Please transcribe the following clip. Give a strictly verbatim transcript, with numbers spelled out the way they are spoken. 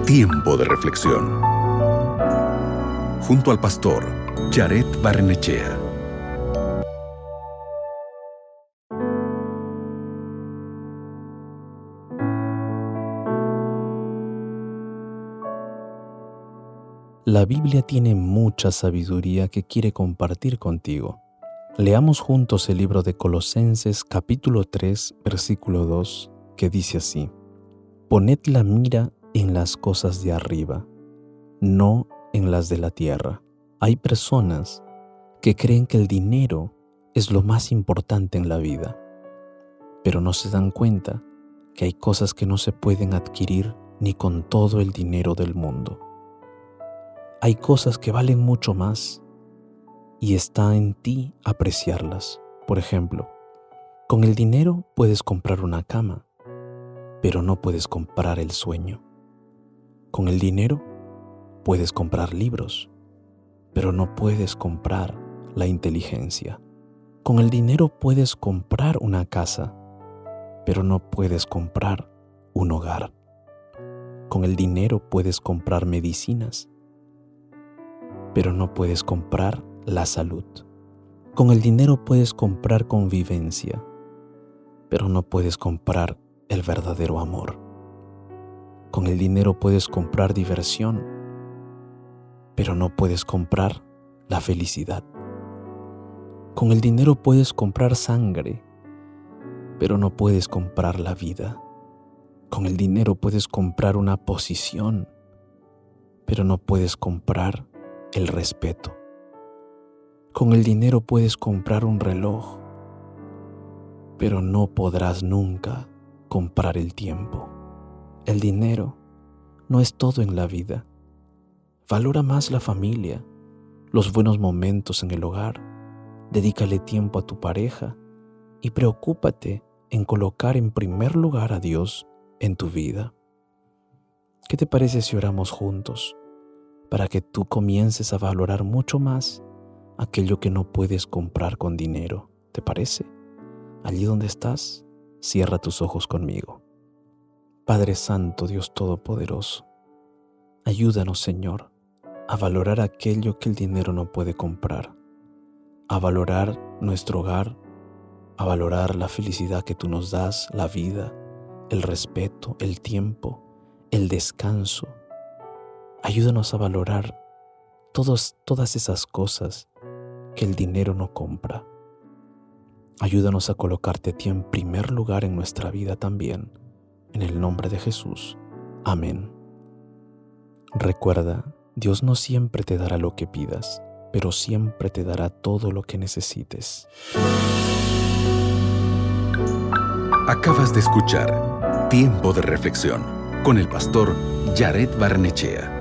Tiempo de reflexión. Junto al pastor Jared Barrenechea. La Biblia tiene mucha sabiduría que quiere compartir contigo. Leamos juntos el libro de Colosenses capítulo tres, versículo dos, que dice así: Poned la mira en las cosas de arriba, no en las de la tierra. Hay personas que creen que el dinero es lo más importante en la vida, pero no se dan cuenta que hay cosas que no se pueden adquirir ni con todo el dinero del mundo. Hay cosas que valen mucho más y está en ti apreciarlas. Por ejemplo, con el dinero puedes comprar una cama, pero no puedes comprar el sueño. Con el dinero puedes comprar libros, pero no puedes comprar la inteligencia. Con el dinero puedes comprar una casa, pero no puedes comprar un hogar. Con el dinero puedes comprar medicinas, pero no puedes comprar la salud. Con el dinero puedes comprar convivencia, pero no puedes comprar el verdadero amor. Con el dinero puedes comprar diversión, pero no puedes comprar la felicidad. Con el dinero puedes comprar sangre, pero no puedes comprar la vida. Con el dinero puedes comprar una posición, pero no puedes comprar el respeto. Con el dinero puedes comprar un reloj, pero no podrás nunca comprar el tiempo. El dinero no es todo en la vida. Valora más la familia, los buenos momentos en el hogar. Dedícale tiempo a tu pareja y preocúpate en colocar en primer lugar a Dios en tu vida. ¿Qué te parece si oramos juntos para que tú comiences a valorar mucho más aquello que no puedes comprar con dinero? ¿Te parece? Allí donde estás, cierra tus ojos conmigo. Padre Santo, Dios Todopoderoso, ayúdanos, Señor, a valorar aquello que el dinero no puede comprar, a valorar nuestro hogar, a valorar la felicidad que tú nos das, la vida, el respeto, el tiempo, el descanso. Ayúdanos a valorar todos, todas esas cosas que el dinero no compra. Ayúdanos a colocarte a ti en primer lugar en nuestra vida también. En el nombre de Jesús. Amén. Recuerda, Dios no siempre te dará lo que pidas, pero siempre te dará todo lo que necesites. Acabas de escuchar Tiempo de Reflexión con el pastor Jared Barrenechea.